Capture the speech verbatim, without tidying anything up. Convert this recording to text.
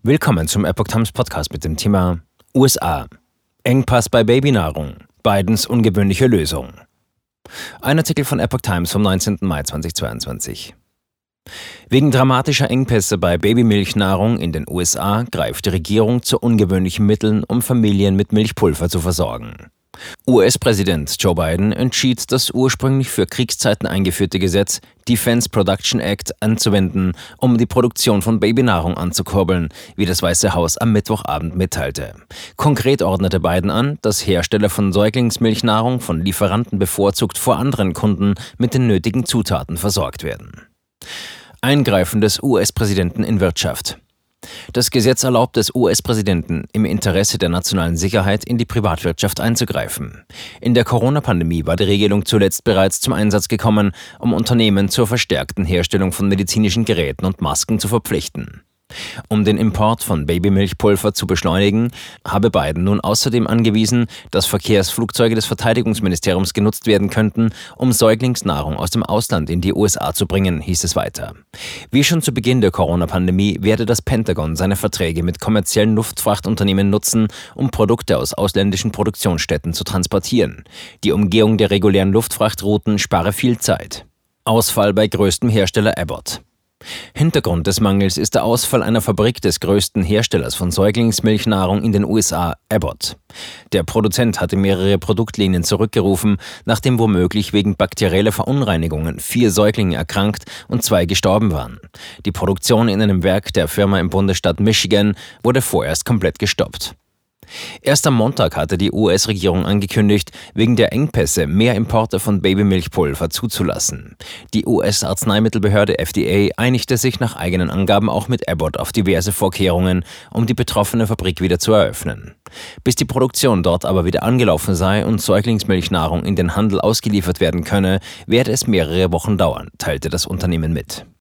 Willkommen zum Epoch Times Podcast mit dem Thema U S A. Engpass bei Babynahrung. Bidens ungewöhnliche Lösung. Ein Artikel von Epoch Times vom neunzehnten Mai zweitausendzweiundzwanzig. Wegen dramatischer Engpässe bei Babymilchnahrung in den U S A greift die Regierung zu ungewöhnlichen Mitteln, um Familien mit Milchpulver zu versorgen. U S-Präsident Joe Biden entschied, das ursprünglich für Kriegszeiten eingeführte Gesetz Defense Production Act anzuwenden, um die Produktion von Babynahrung anzukurbeln, wie das Weiße Haus am Mittwochabend mitteilte. Konkret ordnete Biden an, dass Hersteller von Säuglingsmilchnahrung von Lieferanten bevorzugt vor anderen Kunden mit den nötigen Zutaten versorgt werden. Eingreifen des U S-Präsidenten in Wirtschaft. Das Gesetz erlaubt es U S-Präsidenten, im Interesse der nationalen Sicherheit in die Privatwirtschaft einzugreifen. In der Corona-Pandemie war die Regelung zuletzt bereits zum Einsatz gekommen, um Unternehmen zur verstärkten Herstellung von medizinischen Geräten und Masken zu verpflichten. Um den Import von Babymilchpulver zu beschleunigen, habe Biden nun außerdem angewiesen, dass Verkehrsflugzeuge des Verteidigungsministeriums genutzt werden könnten, um Säuglingsnahrung aus dem Ausland in die U S A zu bringen, hieß es weiter. Wie schon zu Beginn der Corona-Pandemie werde das Pentagon seine Verträge mit kommerziellen Luftfrachtunternehmen nutzen, um Produkte aus ausländischen Produktionsstätten zu transportieren. Die Umgehung der regulären Luftfrachtrouten spare viel Zeit. Ausfall bei größtem Hersteller Abbott. Hintergrund des Mangels ist der Ausfall einer Fabrik des größten Herstellers von Säuglingsmilchnahrung in den U S A, Abbott. Der Produzent hatte mehrere Produktlinien zurückgerufen, nachdem womöglich wegen bakterieller Verunreinigungen vier Säuglinge erkrankt und zwei gestorben waren. Die Produktion in einem Werk der Firma im Bundesstaat Michigan wurde vorerst komplett gestoppt. Erst am Montag hatte die U S-Regierung angekündigt, wegen der Engpässe mehr Importe von Babymilchpulver zuzulassen. Die U S-Arzneimittelbehörde F D A einigte sich nach eigenen Angaben auch mit Abbott auf diverse Vorkehrungen, um die betroffene Fabrik wieder zu eröffnen. Bis die Produktion dort aber wieder angelaufen sei und Säuglingsmilchnahrung in den Handel ausgeliefert werden könne, werde es mehrere Wochen dauern, teilte das Unternehmen mit.